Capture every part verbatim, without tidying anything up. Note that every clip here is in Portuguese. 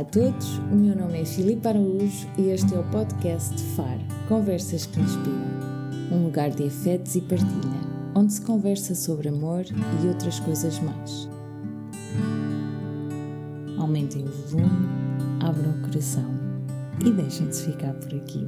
todos, o meu nome é Filipe Araújo e este é o podcast F A R, Conversas que Inspiram, um lugar de afetos e partilha, onde se conversa sobre amor e outras coisas mais. Aumentem o volume, abram o coração e deixem-se ficar por aqui.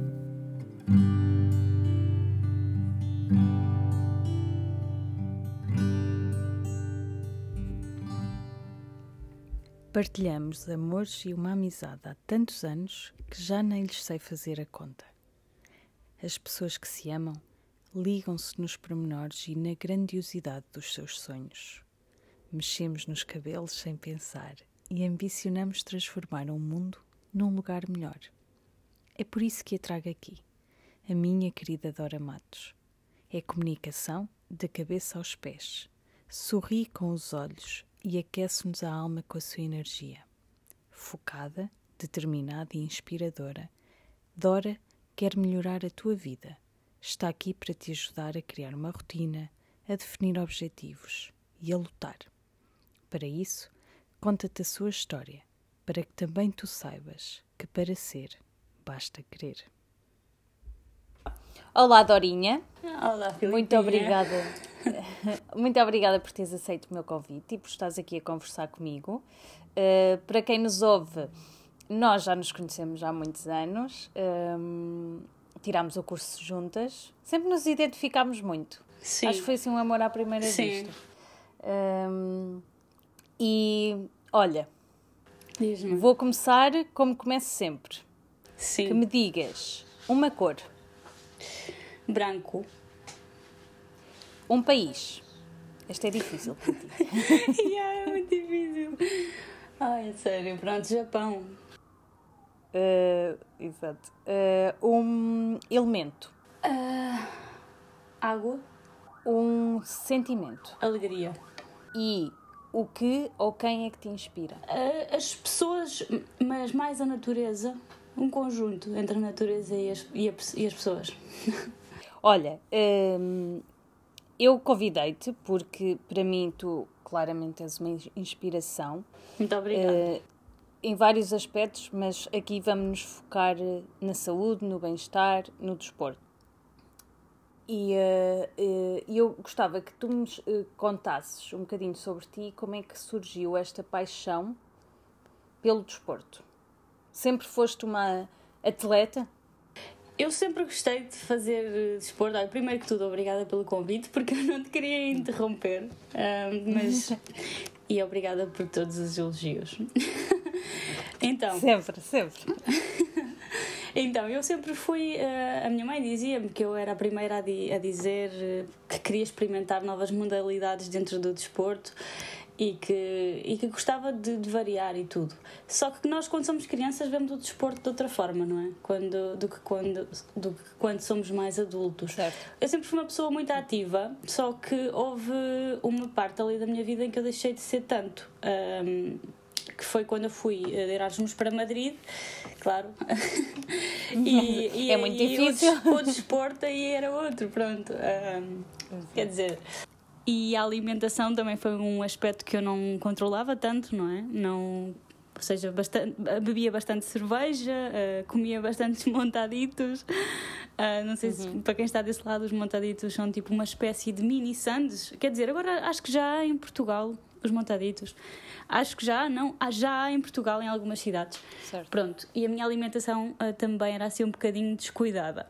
Partilhamos amores e uma amizade há tantos anos que já nem lhes sei fazer a conta. As pessoas que se amam ligam-se nos pormenores e na grandiosidade dos seus sonhos. Mexemos nos cabelos sem pensar e ambicionamos transformar um mundo num lugar melhor. É por isso que a trago aqui, a minha querida Dora Matos. É comunicação da cabeça aos pés. Sorri com os olhos e aquece-nos a alma com a sua energia. Focada, determinada e inspiradora, Dora quer melhorar a tua vida. Está aqui para te ajudar a criar uma rotina, a definir objetivos e a lutar. Para isso, conta-te a sua história, para que também tu saibas que para ser, basta querer. Olá, Dorinha. Olá, Filipinha. Muito obrigada. Muito obrigada por teres aceito o meu convite e por estás aqui a conversar comigo. Uh, para quem nos ouve, nós já nos conhecemos há muitos anos, um, tirámos o curso juntas, sempre nos identificámos muito. Sim. Acho que foi assim um amor à primeira Sim. vista. Um, e, olha, Diz-me. vou começar como começo sempre. Sim. Que me digas uma cor. Branco. Um país. Este é difícil para ti. yeah, é muito difícil. Ai, é sério. Pronto, Japão. Uh, exato. Uh, um elemento. Uh, água. Um sentimento. Alegria. E o que ou quem é que te inspira? Uh, as pessoas, mas mais a natureza. Um conjunto entre a natureza e as, e a, e as pessoas. Olha, um, eu convidei-te porque para mim tu claramente és uma inspiração. Muito obrigada. Uh, em vários aspectos, mas aqui vamos nos focar na saúde, no bem-estar, no desporto. E uh, uh, eu gostava que tu me uh, contasses um bocadinho sobre ti, como é que surgiu esta paixão pelo desporto. Sempre foste uma atleta? Eu sempre gostei de fazer desporto. Ah, primeiro que tudo, obrigada pelo convite, porque eu não te queria interromper. Um, mas... e obrigada por todos os elogios. então... Sempre, sempre. Então, eu sempre fui... Uh, a minha mãe dizia-me que eu era a primeira a, di- a dizer uh, que queria experimentar novas modalidades dentro do desporto e que, e que gostava de, de variar e tudo. Só que nós, quando somos crianças, vemos o desporto de outra forma, não é? Quando, do, que quando, do que quando somos mais adultos. Certo. Eu sempre fui uma pessoa muito ativa, só que houve uma parte ali da minha vida em que eu deixei de ser tanto. Um, que foi quando eu fui de Erasmus para Madrid, claro. e, e, é muito e difícil. O, o desporto aí era outro, pronto. Um, quer dizer... E a alimentação também foi um aspecto que eu não controlava tanto, não é? Não, ou seja, bastante, bebia bastante cerveja, uh, comia bastantes montaditos. Uh, não sei uhum. se para quem está desse lado os montaditos são tipo uma espécie de mini sandes. Quer dizer, agora acho que já há em Portugal os montaditos. Acho que já, não, já há em Portugal em algumas cidades. Certo. Pronto, e a minha alimentação uh, também era assim um bocadinho descuidada.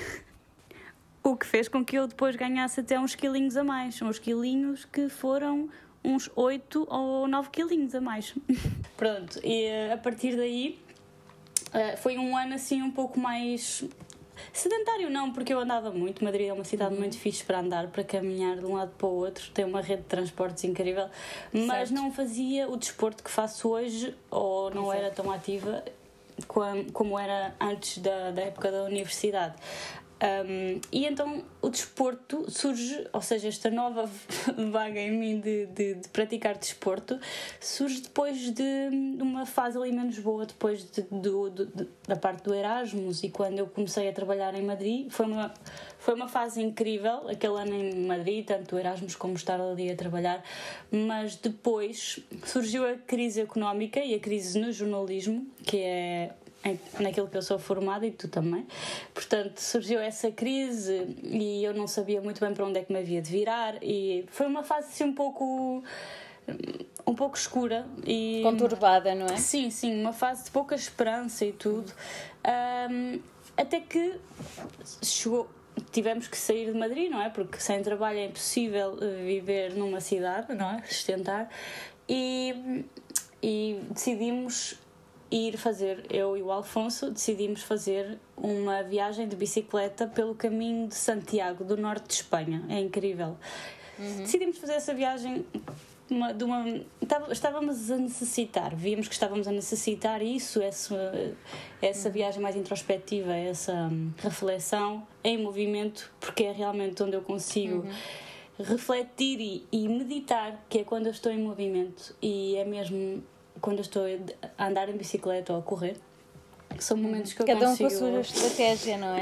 O que fez com que eu depois ganhasse até uns quilinhos a mais. Uns quilinhos que foram uns oito ou nove quilinhos a mais. Pronto, e a partir daí foi um ano assim um pouco mais sedentário, não, porque eu andava muito. Madrid é uma cidade uhum. muito fixe para andar, para caminhar de um lado para o outro. Tem uma rede de transportes incrível. Mas certo. Não fazia o desporto que faço hoje, ou não Exato. Era tão ativa como era antes da, da época da universidade. Um, e então o desporto surge, ou seja, esta nova vaga em mim de, de, de praticar desporto surge depois de, de uma fase ali menos boa, depois de, de, de, de, da parte do Erasmus, e quando eu comecei a trabalhar em Madrid foi uma, foi uma fase incrível, aquele ano em Madrid, tanto o Erasmus como estar ali a trabalhar, mas depois surgiu a crise económica e a crise no jornalismo, que é naquilo que eu sou formada e tu também. Portanto, surgiu essa crise e eu não sabia muito bem para onde é que me havia de virar, e foi uma fase assim um pouco um pouco escura e conturbada, não é? Sim, sim, uma fase de pouca esperança e tudo. Um, até que chegou, tivemos que sair de Madrid, não é? Porque sem trabalho é impossível viver numa cidade, não é? Sustentar. E, e decidimos ir fazer, eu e o Alfonso decidimos fazer uma viagem de bicicleta pelo caminho de Santiago, do norte de Espanha. É incrível. Uhum. Decidimos fazer essa viagem uma, de uma, estávamos a necessitar, víamos que estávamos a necessitar isso, essa, essa uhum. viagem mais introspectiva, essa reflexão em movimento, porque é realmente onde eu consigo uhum. refletir e, e meditar, que é quando eu estou em movimento, e é mesmo quando eu estou a andar em bicicleta ou a correr, são momentos que eu Cada consigo... um com a sua estratégia, não é?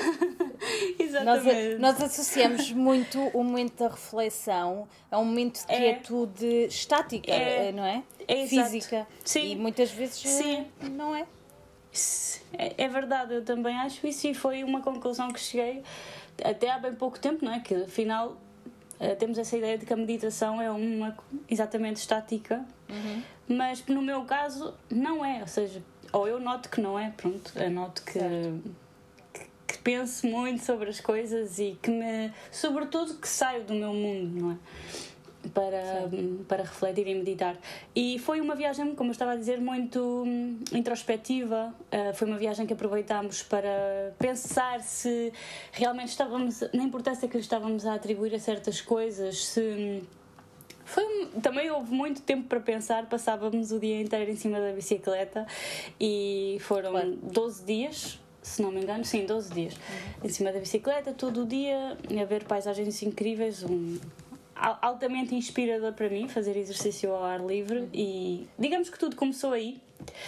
Exatamente. Nós, nós associamos muito o momento da reflexão a um momento de quietude é, estática, é, não é? É física. Sim. E muitas vezes Sim. não é. é. É verdade, eu também acho isso, e foi uma conclusão que cheguei até há bem pouco tempo, não é? Que afinal temos essa ideia de que a meditação é uma exatamente estática, uhum. mas no meu caso não é, ou seja, ou eu noto que não é, pronto, eu noto que, que, que penso muito sobre as coisas e que me, sobretudo que saio do meu mundo, não é? Para, para refletir e meditar. E foi uma viagem, como eu estava a dizer, muito introspectiva. Uh, foi uma viagem que aproveitámos para pensar se realmente estávamos, na importância que lhe estávamos a atribuir a certas coisas, se... Foi, também houve muito tempo para pensar, passávamos o dia inteiro em cima da bicicleta e foram claro. doze dias, se não me engano, sim, doze dias, uhum. em cima da bicicleta, todo o dia, a ver paisagens incríveis, um... altamente inspirador para mim fazer exercício ao ar livre, uhum. e digamos que tudo começou aí.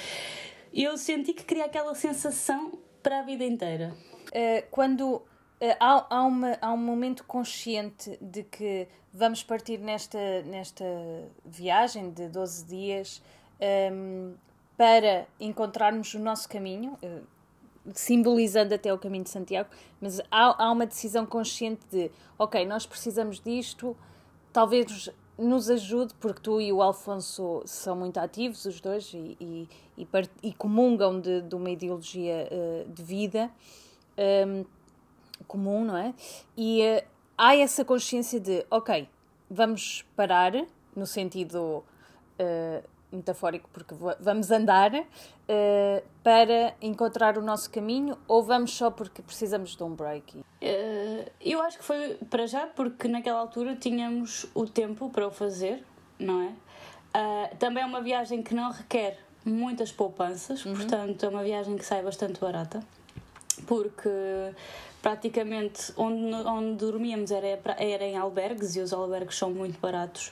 Eu senti que queria aquela sensação para a vida inteira. Uh, quando uh, há, há, uma, há um momento consciente de que vamos partir nesta, nesta viagem de doze dias um, para encontrarmos o nosso caminho, uh, simbolizando até o caminho de Santiago, mas há, há uma decisão consciente de, ok, nós precisamos disto, talvez nos ajude, porque tu e o Alfonso são muito ativos, os dois, e, e, e, part, e comungam de, de uma ideologia uh, de vida um, comum, não é? E uh, há essa consciência de, ok, vamos parar, no sentido uh, metafórico, porque vamos andar uh, para encontrar o nosso caminho, ou vamos só porque precisamos de um break? Uh, eu acho que foi para já porque naquela altura tínhamos o tempo para o fazer, não é? Uh, também é uma viagem que não requer muitas poupanças, uhum. portanto é uma viagem que sai bastante barata, porque praticamente onde, onde dormíamos era, era em albergues, e os albergues são muito baratos,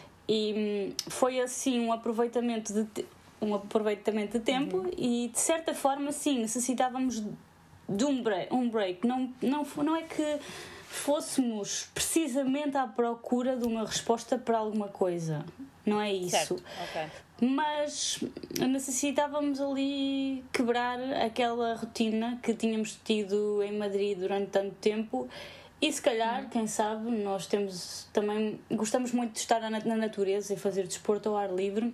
e foi assim um aproveitamento de, um aproveitamento de tempo, uhum. e de certa forma sim, necessitávamos de um break, um break. Não, não, não é que fôssemos precisamente à procura de uma resposta para alguma coisa, não é isso. Certo. Okay. Mas necessitávamos ali quebrar aquela rotina que tínhamos tido em Madrid durante tanto tempo, e se calhar, uhum. quem sabe, nós temos também, gostamos muito de estar na, na natureza e fazer desporto ao ar livre,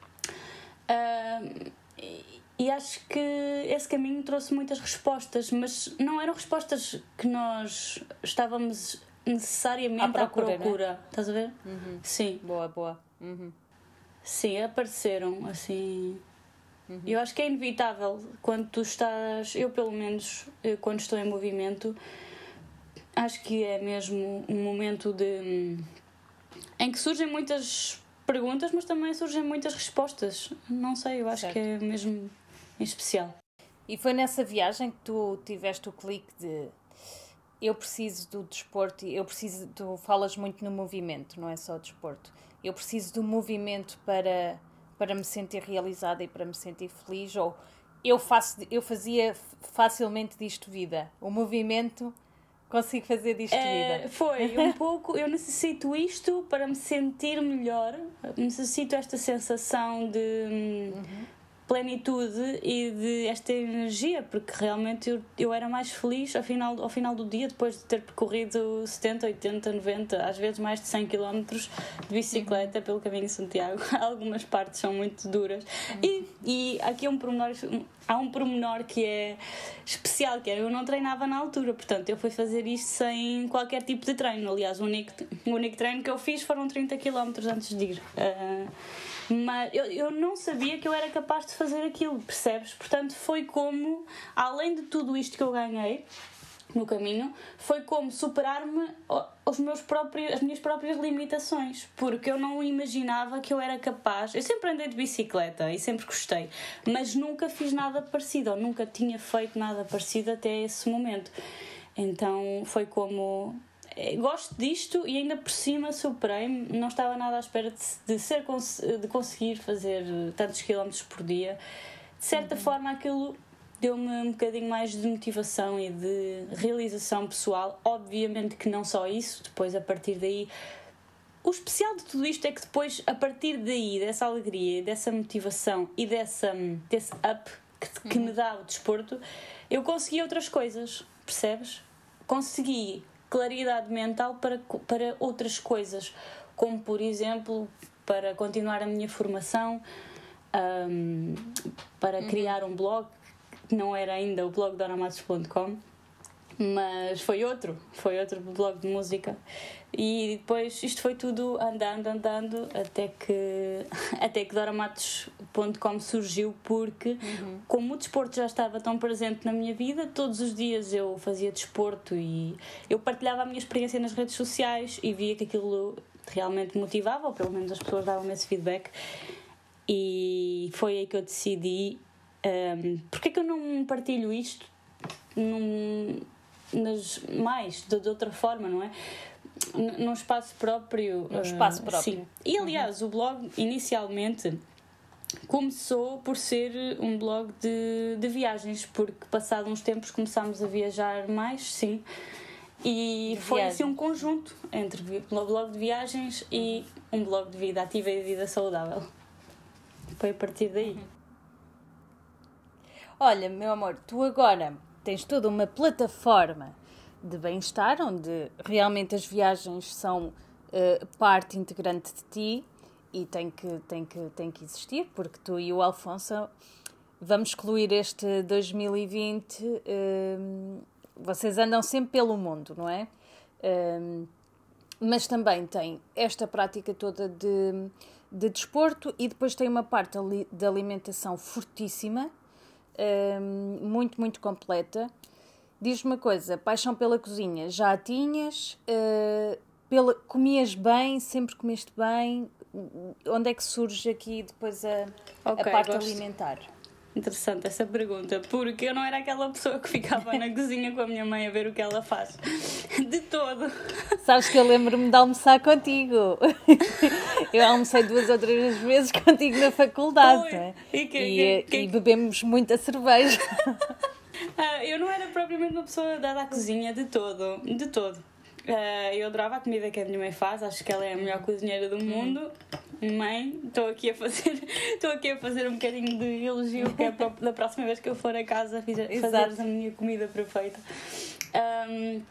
uh, e, e acho que esse caminho trouxe muitas respostas, mas não eram respostas que nós estávamos necessariamente à procura, à procura. Né? Estás a ver? Uhum. Sim. Boa, boa. Uhum. Sim, apareceram assim. Uhum. Eu acho que é inevitável quando tu estás, eu pelo menos, quando estou em movimento, acho que é mesmo um momento de em que surgem muitas perguntas, mas também surgem muitas respostas. Não sei, eu acho certo. que é mesmo em especial. E foi nessa viagem que tu tiveste o clique de eu preciso do desporto, eu preciso, tu falas muito no movimento, não é só o desporto. Eu preciso do movimento para, para me sentir realizada e para me sentir feliz, ou eu, faço, eu fazia facilmente disto vida. O movimento, consigo fazer disto é, vida. Foi um pouco, eu necessito isto para me sentir melhor, necessito esta sensação de... Uhum. plenitude e de esta energia, porque realmente eu, eu era mais feliz ao final, ao final do dia, depois de ter percorrido setenta, oitenta, noventa, às vezes mais de cem quilómetros de bicicleta uhum. pelo caminho de Santiago. Algumas partes são muito duras. Uhum. E, e aqui é um pormenor, há um pormenor que é especial, que é eu não treinava na altura, portanto eu fui fazer isto sem qualquer tipo de treino. Aliás, o único, o único treino que eu fiz foram trinta quilómetros antes de ir. Uh, Mas eu, eu não sabia que eu era capaz de fazer aquilo, percebes? Portanto, foi como, além de tudo isto que eu ganhei no caminho, foi como superar-me os meus próprios, as minhas próprias limitações, porque eu não imaginava que eu era capaz. Eu sempre andei de bicicleta e sempre gostei, mas nunca fiz nada parecido, ou nunca tinha feito nada parecido até esse momento. Então foi como... gosto disto e ainda por cima superei-me, não estava nada à espera de, de, ser, de conseguir fazer tantos quilómetros por dia. De certa uhum. forma aquilo deu-me um bocadinho mais de motivação e de realização pessoal. Obviamente que não só isso, depois a partir daí, o especial de tudo isto é que depois a partir daí, dessa alegria, dessa motivação e dessa, desse up que, que uhum. me dá o desporto, eu consegui outras coisas, percebes? Consegui claridade mental para, para outras coisas, como por exemplo para continuar a minha formação, um, para uhum. criar um blog, que não era ainda o blog dona matos ponto com, mas foi outro, foi outro blog de música. E depois isto foi tudo andando, andando, até que, até que dora matos ponto com surgiu, porque uhum. como o desporto já estava tão presente na minha vida, todos os dias eu fazia desporto e eu partilhava a minha experiência nas redes sociais e via que aquilo realmente motivava, ou pelo menos as pessoas davam-me esse feedback, e foi aí que eu decidi um, porque é que eu não partilho isto num, nas, mais, de, de outra forma, não é? Num espaço próprio. Num espaço próprio. Sim. E aliás, uhum. o blog inicialmente começou por ser um blog de, de viagens, porque passados uns tempos começámos a viajar mais, sim. E de foi viagem. Assim um conjunto entre um blog de viagens e um blog de vida ativa e vida saudável. Foi a partir daí. Uhum. Olha, meu amor, tu agora tens toda uma plataforma de bem-estar, onde realmente as viagens são uh, parte integrante de ti e tem que, tem, que, tem que existir, porque tu e o Alfonso vamos excluir este dois mil e vinte, uh, vocês andam sempre pelo mundo, não é? Uh, mas também tem esta prática toda de, de desporto e depois tem uma parte ali, de alimentação fortíssima, uh, muito, muito completa. Diz-me uma coisa, paixão pela cozinha, já a tinhas? Uh, pela, comias bem? Sempre comeste bem? Onde é que surge aqui depois a, okay, a parte gosto. alimentar? Interessante essa pergunta, porque eu não era aquela pessoa que ficava na cozinha com a minha mãe a ver o que ela faz. De todo. Sabes que eu lembro-me de almoçar contigo. Eu almocei duas ou três vezes contigo na faculdade. Oi, é? E, que, e, que, que... e bebemos muita cerveja. Ah, eu não era propriamente uma pessoa dada à cozinha de todo, de todo. Uh, eu adorava a comida que a minha mãe faz, acho que ela é a melhor cozinheira do mundo. Mãe, estou aqui a fazer estou aqui a fazer um bocadinho de elogio, que é para, da próxima vez que eu for a casa fazeres a minha comida perfeita. Um,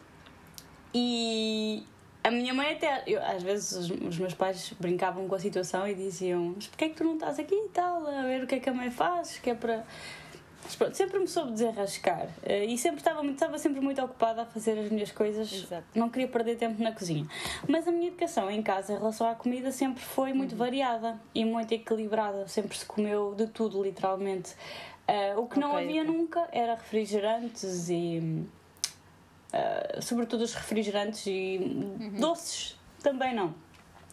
e a minha mãe até, eu, às vezes os, os meus pais brincavam com a situação e diziam: mas porquê é que tu não estás aqui e tal, a ver o que é que a mãe faz, que é para... Mas pronto, sempre me soube desenrascar e sempre estava, estava sempre muito ocupada a fazer as minhas coisas. Exato. Não queria perder tempo na cozinha. Mas a minha educação em casa em relação à comida sempre foi muito uhum. variada e muito equilibrada. Sempre se comeu de tudo, literalmente. Uh, o que okay, não havia okay. nunca era refrigerantes e... Uh, sobretudo os refrigerantes e uhum. doces também não.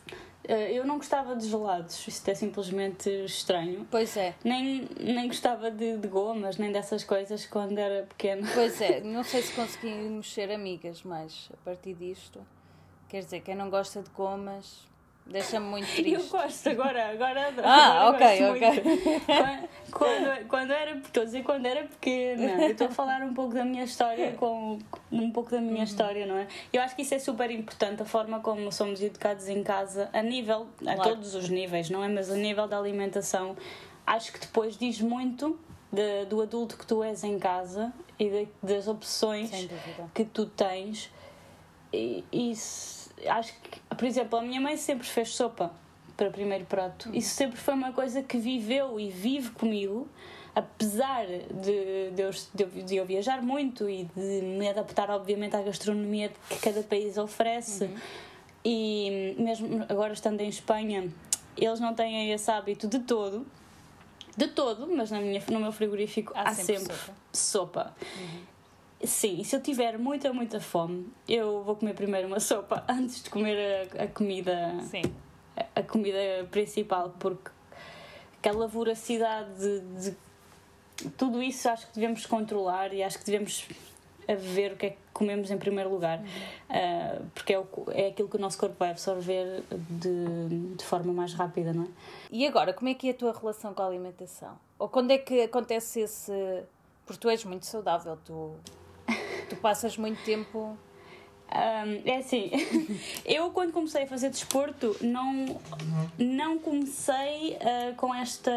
Eu não gostava de gelados, isto é simplesmente estranho. Pois é. Nem, nem gostava de, de gomas, nem dessas coisas quando era pequena. Pois é, não sei se conseguimos ser amigas, mas a partir disto, quer dizer, quem não gosta de gomas deixa-me muito triste. Eu gosto agora, agora adoro. Ah, agora ok, gosto ok. muito. Quando, quando, quando era, estou a dizer quando era pequena, eu estou a falar um pouco da minha história, com um pouco da minha uhum. história, não é? Eu acho que isso é super importante, a forma como somos educados em casa, a nível, a claro. todos os níveis, não é? Mas a nível da alimentação, acho que depois diz muito de, do adulto que tu és em casa e de, das opções que tu tens. E isso. Acho que, por exemplo, a minha mãe sempre fez sopa para o primeiro prato. Uhum. Isso sempre foi uma coisa que viveu e vive comigo, apesar de, de, eu, de, eu, de eu viajar muito e de me adaptar, obviamente, à gastronomia que cada país oferece. Uhum. E mesmo agora estando em Espanha, eles não têm esse hábito de todo, de todo, mas na minha, no meu frigorífico há, há sempre, sempre sopa. sopa. Uhum. Sim, e se eu tiver muita, muita fome, eu vou comer primeiro uma sopa antes de comer a, a comida Sim. A, a comida principal, porque aquela voracidade de, de tudo isso acho que devemos controlar e acho que devemos ver o que é que comemos em primeiro lugar, uhum. uh, porque é, o, é aquilo que o nosso corpo vai absorver de, de forma mais rápida, não é? E agora, como é que é a tua relação com a alimentação? Ou quando é que acontece esse... Porque tu és muito saudável, tu... Tu passas muito tempo... Um, é assim, eu quando comecei a fazer desporto não, não comecei uh, com esta,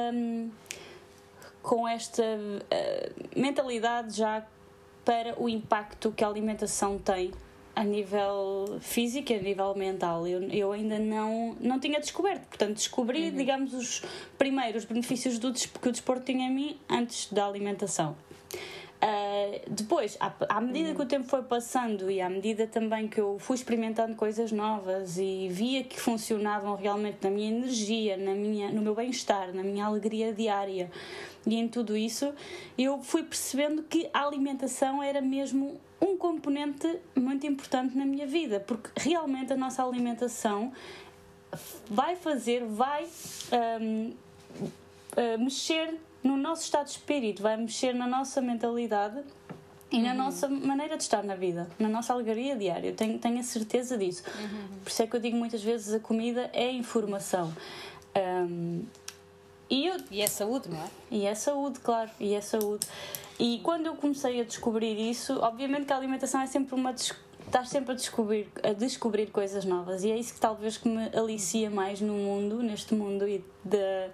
com esta uh, mentalidade já para o impacto que a alimentação tem a nível físico e a nível mental. Eu, eu ainda não, não tinha descoberto, portanto descobri, uhum. digamos, os primeiros benefícios do, que o desporto tinha em mim antes da alimentação. Uh, depois, à, à medida que o tempo foi passando e à medida também que eu fui experimentando coisas novas e via que funcionavam realmente na minha energia, na minha, no meu bem-estar, na minha alegria diária e em tudo isso, eu fui percebendo que a alimentação era mesmo um componente muito importante na minha vida, porque realmente a nossa alimentação vai fazer, vai um, uh, mexer no nosso estado de espírito, vai mexer na nossa mentalidade e uhum. na nossa maneira de estar na vida, na nossa alegria diária. Eu tenho, tenho a certeza disso. Uhum. Por isso é que eu digo muitas vezes a comida é informação. Um, e, eu, e é saúde, não é? E é saúde, claro, e é saúde. E quando eu comecei a descobrir isso, obviamente que a alimentação é sempre uma... Estás sempre a descobrir, a descobrir coisas novas e é isso que talvez que me alicia mais no mundo, neste mundo e da...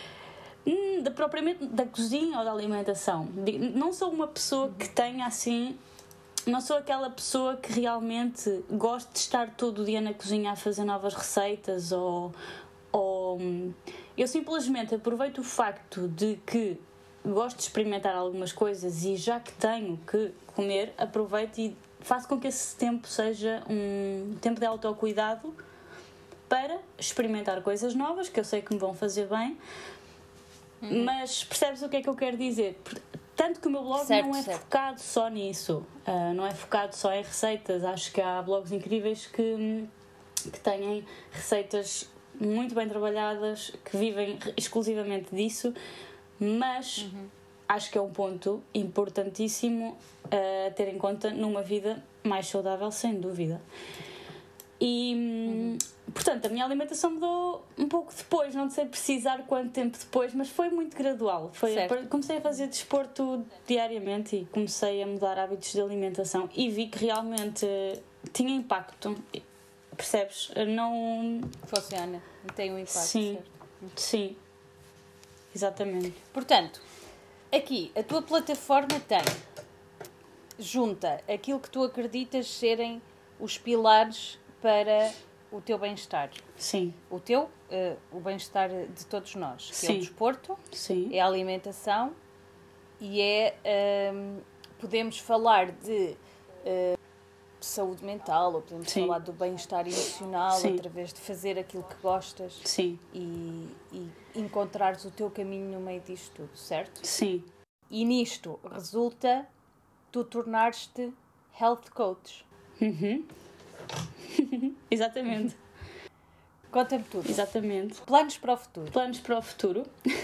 De, propriamente da cozinha ou da alimentação. Não sou uma pessoa que tenha assim, não sou aquela pessoa que realmente gosta de estar todo o dia na cozinha a fazer novas receitas ou, ou eu simplesmente aproveito o facto de que gosto de experimentar algumas coisas e já que tenho que comer, aproveito e faço com que esse tempo seja um tempo de autocuidado para experimentar coisas novas que eu sei que me vão fazer bem. Uhum. Mas percebes o que é que eu quero dizer? Tanto que o meu blog certo, não é certo. focado só nisso, uh, não é focado só em receitas. Acho que há blogs incríveis que, que têm receitas muito bem trabalhadas, que vivem exclusivamente disso, mas uhum. acho que é um ponto importantíssimo a ter em conta numa vida mais saudável, sem dúvida. E, uhum. portanto, a minha alimentação mudou um pouco depois, não sei precisar quanto tempo depois, mas foi muito gradual. Foi, comecei a fazer desporto diariamente e comecei a mudar hábitos de alimentação e vi que realmente tinha impacto. Percebes? Não... Funciona, tem um impacto, sim, certo? Sim, exatamente. Portanto, aqui, a tua plataforma tem, junta aquilo que tu acreditas serem os pilares para o teu bem-estar. Sim. O teu, uh, o bem-estar de todos nós. Que Sim. é o desporto, Sim. é a alimentação e é, um, podemos falar de uh, saúde mental ou podemos Sim. falar do bem-estar emocional Sim. através de fazer aquilo que gostas Sim. E, e encontrares o teu caminho no meio disto tudo, certo? Sim. E nisto resulta tu tornares-te health coach. Uhum. Exatamente. conta-me tudo. Exatamente. Planos para o futuro. Planos para o futuro.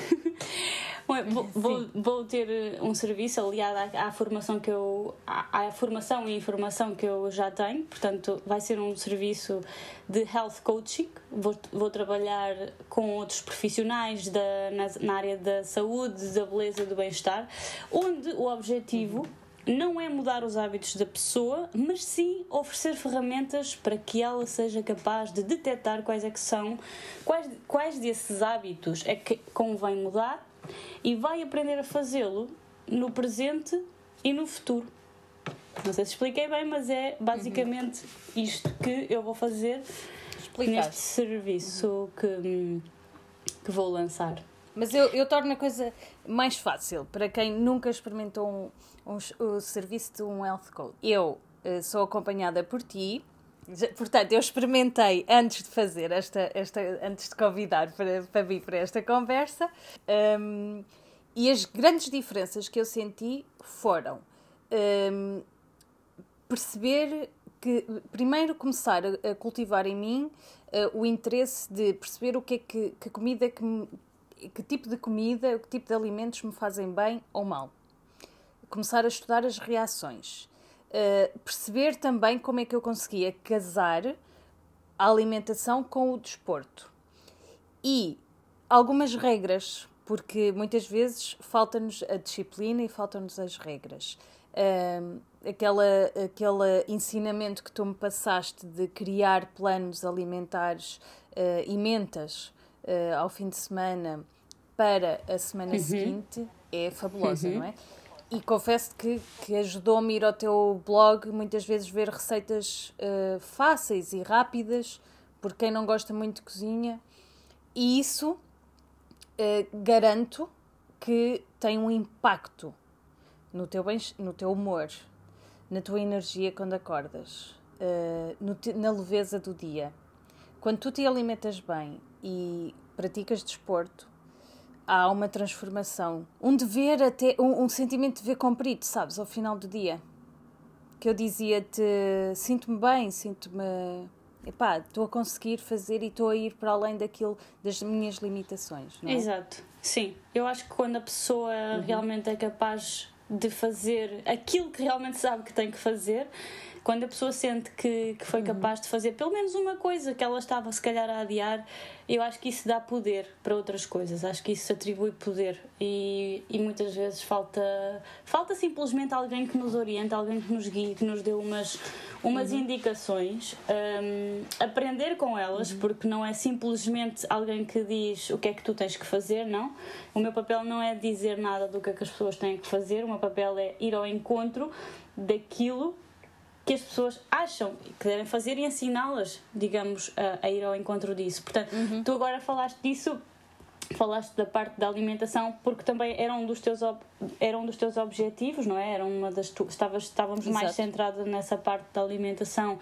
Vou, vou, vou ter um serviço aliado à, à formação que eu à, à formação e informação que eu já tenho, portanto vai ser um serviço de health coaching. Vou, vou trabalhar com outros profissionais da, na, na área da saúde, da beleza e do bem-estar, onde o objetivo não é mudar os hábitos da pessoa, mas sim oferecer ferramentas para que ela seja capaz de detectar quais é que são, quais, quais desses hábitos é que convém mudar, e vai aprender a fazê-lo no presente e no futuro. Não sei se expliquei bem, mas é basicamente uhum. isto que eu vou fazer Explicaste. neste serviço uhum. que, que vou lançar. Mas eu, eu torno a coisa mais fácil para quem nunca experimentou um, um, o serviço de um health coach. Eu uh, sou acompanhada por ti. Portanto, eu experimentei antes de fazer esta, esta antes de convidar para, para vir para esta conversa, um, e as grandes diferenças que eu senti foram um, perceber que, primeiro, começar a, a cultivar em mim uh, o interesse de perceber o que é que, que comida que, me, que tipo de comida, que tipo de alimentos me fazem bem ou mal. Começar a estudar as reações. Uh, perceber também como é que eu conseguia casar a alimentação com o desporto. E algumas regras, porque muitas vezes falta-nos a disciplina e faltam-nos as regras. Uh, aquela, aquele ensinamento que tu me passaste de criar planos alimentares uh, e mentas uh, ao fim de semana para a semana uhum. seguinte é fabulosa, uhum. não é? E confesso que, que ajudou-me a ir ao teu blog, muitas vezes ver receitas uh, fáceis e rápidas, por quem não gosta muito de cozinha. E isso uh, garanto que tem um impacto no teu, bem, no teu humor, na tua energia quando acordas, uh, no te, na leveza do dia. Quando tu te alimentas bem e praticas desporto, há uma transformação, um dever até, um, um sentimento de dever cumprido, sabes, ao final do dia. Que eu dizia-te, sinto-me bem, sinto-me, epá, estou a conseguir fazer e estou a ir para além daquilo, das minhas limitações, não é? Exato, sim. Eu acho que quando a pessoa uhum. realmente é capaz de fazer aquilo que realmente sabe que tem que fazer, quando a pessoa sente que, que foi capaz de fazer pelo menos uma coisa que ela estava se calhar a adiar, eu acho que isso dá poder para outras coisas, acho que isso atribui poder e, e muitas vezes falta, falta simplesmente alguém que nos oriente, alguém que nos guie, que nos dê umas, umas uhum. indicações, um, aprender com elas, uhum. porque não é simplesmente alguém que diz o que é que tu tens que fazer, não. O meu papel não é dizer nada do que é que as pessoas têm que fazer, o meu papel é ir ao encontro daquilo que as pessoas acham que devem fazer e ensiná-las, digamos, a, a ir ao encontro disso. Portanto, uhum. tu agora falaste disso, falaste da parte da alimentação, porque também era um dos teus, ob, era um dos teus objetivos, não é? Era uma das tu, estavas, estávamos Exato. mais centrados nessa parte da alimentação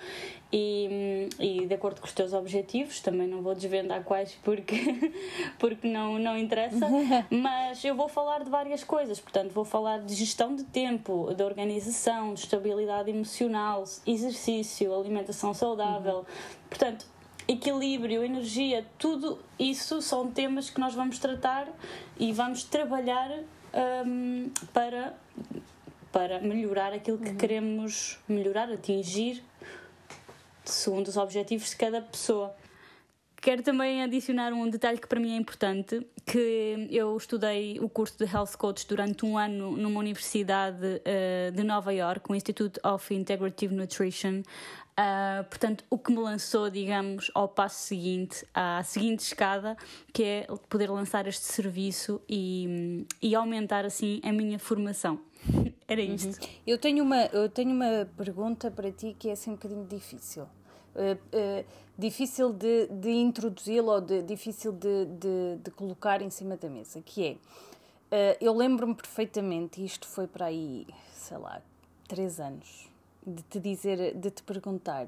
e, e de acordo com os teus objetivos, também não vou desvendar quais porque, porque não, não interessa, mas eu vou falar de várias coisas, portanto vou falar de gestão de tempo, de organização, de estabilidade emocional, exercício, alimentação saudável, uhum. portanto equilíbrio, energia, tudo isso são temas que nós vamos tratar e vamos trabalhar um, para, para melhorar aquilo que uhum. queremos melhorar, atingir, segundo os objetivos de cada pessoa. Quero também adicionar um detalhe que para mim é importante, que eu estudei o curso de Health Coach durante um ano numa universidade uh, de Nova York, o Institute of Integrative Nutrition. Uh, portanto, o que me lançou, digamos, ao passo seguinte, à seguinte escada, que é poder lançar este serviço e, e aumentar assim a minha formação. Era isto. Uhum. Eu tenho uma, eu tenho uma pergunta para ti que é assim um bocadinho difícil. Uh, uh, difícil de, de introduzi-la ou de, difícil de, de, de colocar em cima da mesa, que é, uh, eu lembro-me perfeitamente, isto foi para aí, sei lá, três anos, de te dizer, de te perguntar,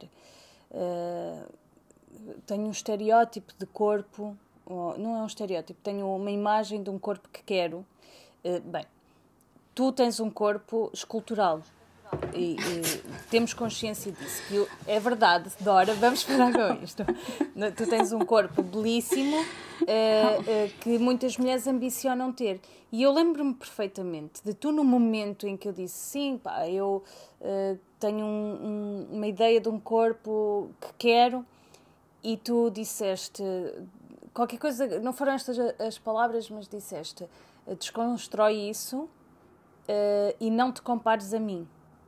uh, tenho um estereótipo de corpo, ou, não é um estereótipo, tenho uma imagem de um corpo que quero, uh, bem, tu tens um corpo escultural, E, e temos consciência disso, que eu, é verdade, Dora, vamos parar com isto. Tu tens um corpo belíssimo uh, uh, que muitas mulheres ambicionam ter. E eu lembro-me perfeitamente de tu, no momento em que eu disse sim, pá, eu uh, tenho um, um, uma ideia de um corpo que quero, e tu disseste qualquer coisa, não foram estas as palavras, mas disseste, desconstrói isso uh, e não te compares a mim.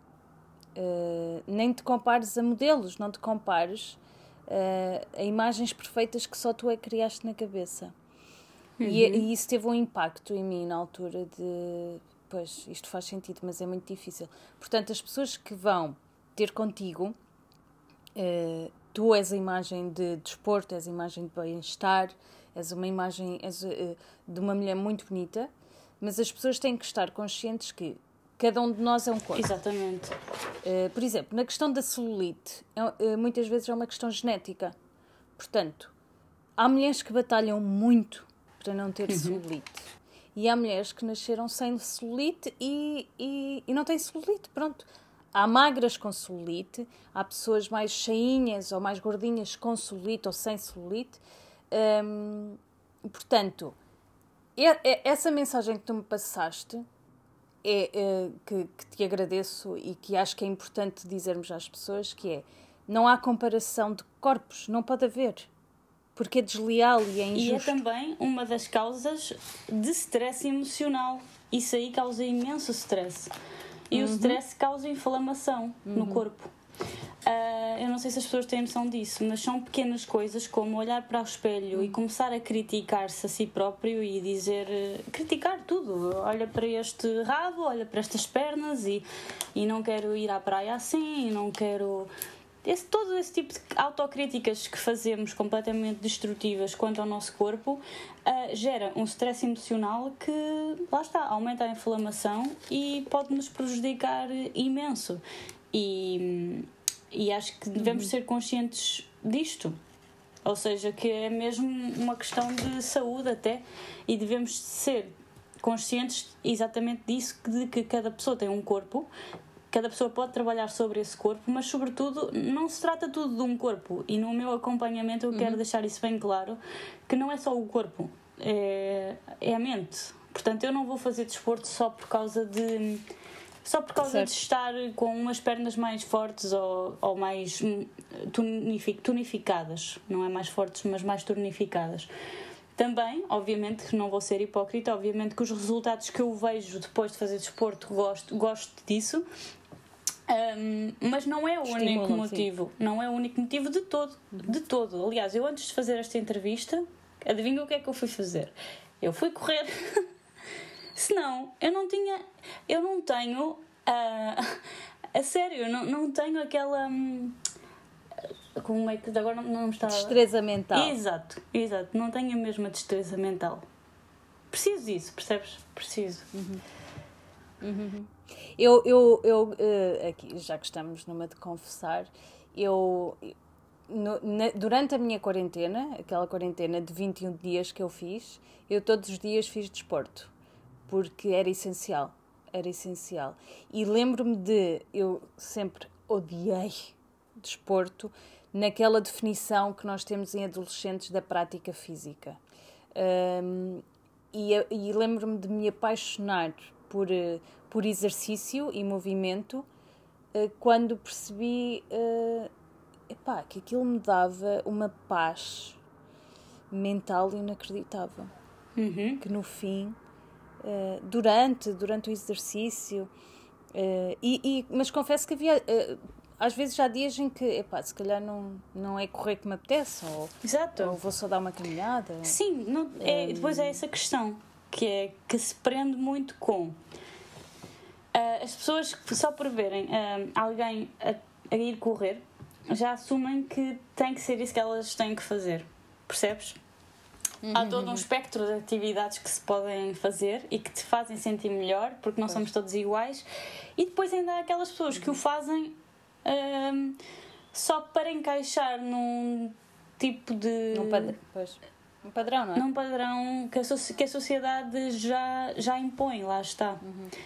Uh, nem te compares a modelos, não te compares uh, a imagens perfeitas que só tu é que criaste na cabeça. Uhum. E, e isso teve um impacto em mim na altura de, pois, isto faz sentido, mas é muito difícil. Portanto, as pessoas que vão ter contigo, uh, tu és a imagem de desporto, és a imagem de bem-estar, és uma imagem és, uh, de uma mulher muito bonita, mas as pessoas têm que estar conscientes que cada um de nós é um corpo. Exatamente. Uh, por exemplo, na questão da celulite, é, uh, muitas vezes é uma questão genética. Portanto, há mulheres que batalham muito para não ter uhum. celulite. E há mulheres que nasceram sem celulite e, e, e não têm celulite. Pronto. Há magras com celulite, há pessoas mais cheinhas ou mais gordinhas com celulite ou sem celulite. Um, portanto, é, é, essa mensagem que tu me passaste... É, é, que, que te agradeço e que acho que é importante dizermos às pessoas, que é, não há comparação de corpos, não pode haver, porque é desleal e é injusto. E é também uma das causas de stress emocional. Isso aí causa imenso stress. E uhum. o stress causa inflamação uhum. no corpo. Uh, eu não sei se as pessoas têm noção disso, mas são pequenas coisas como olhar para o espelho e começar a criticar-se a si próprio e dizer, criticar tudo, olha para este rabo, olha para estas pernas e, e não quero ir à praia assim, e não quero... Esse, todo esse tipo de autocríticas que fazemos completamente destrutivas quanto ao nosso corpo uh, gera um stress emocional que, lá está, aumenta a inflamação e pode nos prejudicar imenso. E... E acho que devemos uhum. ser conscientes disto. Ou seja, que é mesmo uma questão de saúde até. E devemos ser conscientes exatamente disso, de que cada pessoa tem um corpo, cada pessoa pode trabalhar sobre esse corpo, mas sobretudo não se trata tudo de um corpo. E no meu acompanhamento eu uhum. quero deixar isso bem claro, que não é só o corpo, é, é a mente. Portanto, eu não vou fazer desporto só por causa de... Só por causa certo. de estar com umas pernas mais fortes ou, ou mais tonific, tonificadas. Não é mais fortes, mas mais tonificadas. Também, obviamente, não vou ser hipócrita, obviamente que os resultados que eu vejo depois de fazer desporto, gosto, gosto disso. Um, mas não é o único motivo. Sim. Não é o único motivo de todo. De todo. Aliás, eu antes de fazer esta entrevista, adivinha o que é que eu fui fazer? Eu fui correr... Senão, eu não tinha... Eu não tenho... Uh, a sério, eu não, não tenho aquela... Um, como é que... Agora não, não me está... Destreza mental. Exato, exato. Não tenho a mesma destreza mental. Preciso disso, percebes? Preciso. Uhum. Uhum. Eu, eu, eu uh, aqui, já que estamos numa de confessar, eu... No, na, durante a minha quarentena, aquela quarentena de vinte e um dias que eu fiz, eu todos os dias fiz desporto. Porque era essencial, era essencial. E lembro-me de, eu sempre odiei desporto naquela definição que nós temos em adolescentes da prática física. Um, e e lembro-me de me apaixonar por, por exercício e movimento uh, quando percebi uh, epá, que aquilo me dava uma paz mental inacreditável. Uhum. Que no fim... Uh, durante, durante o exercício, uh, e, e, mas confesso que havia, uh, às vezes já há dias em que, epá, se calhar não, não é correr que me apetece, ou, Exato. ou vou só dar uma caminhada. Sim, não, é, um... depois é essa questão, que, é, que se prende muito com uh, as pessoas que só por verem uh, alguém a, a ir correr, já assumem que tem que ser isso que elas têm que fazer, percebes? Há todo um espectro de atividades que se podem fazer e que te fazem sentir melhor, porque não pois. somos todos iguais. E depois ainda há aquelas pessoas que o fazem um, só para encaixar num tipo de... Num padrão, pois. Um padrão, não é? Num padrão que a, so- que a sociedade já, já impõe, lá está. Uhum.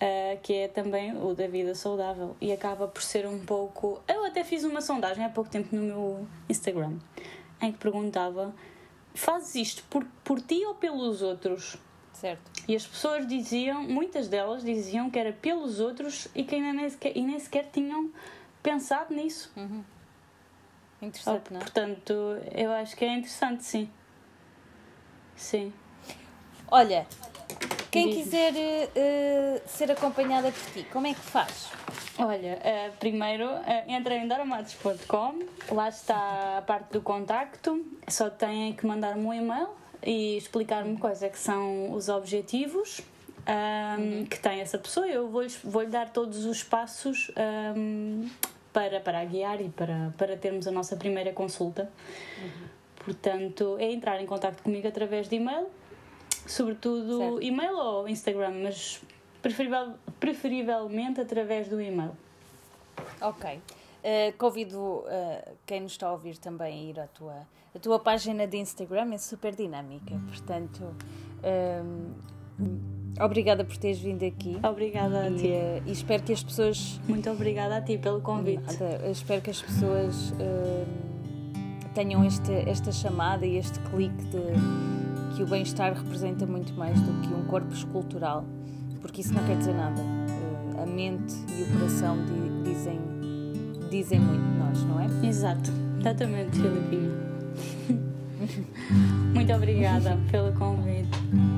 uh, que é também o da vida saudável, e acaba por ser um pouco... Eu até fiz uma sondagem há pouco tempo no meu Instagram, em que perguntava: fazes isto por, por ti ou pelos outros? Certo. E as pessoas diziam, muitas delas diziam que era pelos outros e que ainda nem sequer, e nem sequer tinham pensado nisso. Uhum. Interessante, oh, não é? Portanto, eu acho que é interessante, sim. Sim. Olha, quem Diz-me. quiser uh, ser acompanhada por ti, como é que faz? Olha, uh, primeiro uh, entra em doramatos ponto com, lá está a parte do contacto, só têm que mandar-me um e-mail e explicar-me quais é que são os objetivos um, uhum. que tem essa pessoa. Eu vou-lhe vou dar todos os passos um, para, para a guiar e para, para termos a nossa primeira consulta. Uhum. Portanto, é entrar em contacto comigo através de e-mail, sobretudo certo. E-mail ou Instagram, mas preferivel, preferivelmente através do e-mail. Ok. Uh, convido uh, quem nos está a ouvir também a ir à tua, a tua página de Instagram, é super dinâmica, portanto um, obrigada por teres vindo aqui. Obrigada a e, ti. Uh, e espero que as pessoas... Muito obrigada a ti pelo convite. Nada, espero que as pessoas uh, tenham este, esta chamada e este clique de que o bem-estar representa muito mais do que um corpo escultural, porque isso não quer dizer nada. Uh, a mente e o coração di, dizem dizem muito de nós, não é? Exato, exatamente, Filipinha. Muito obrigada pelo convite.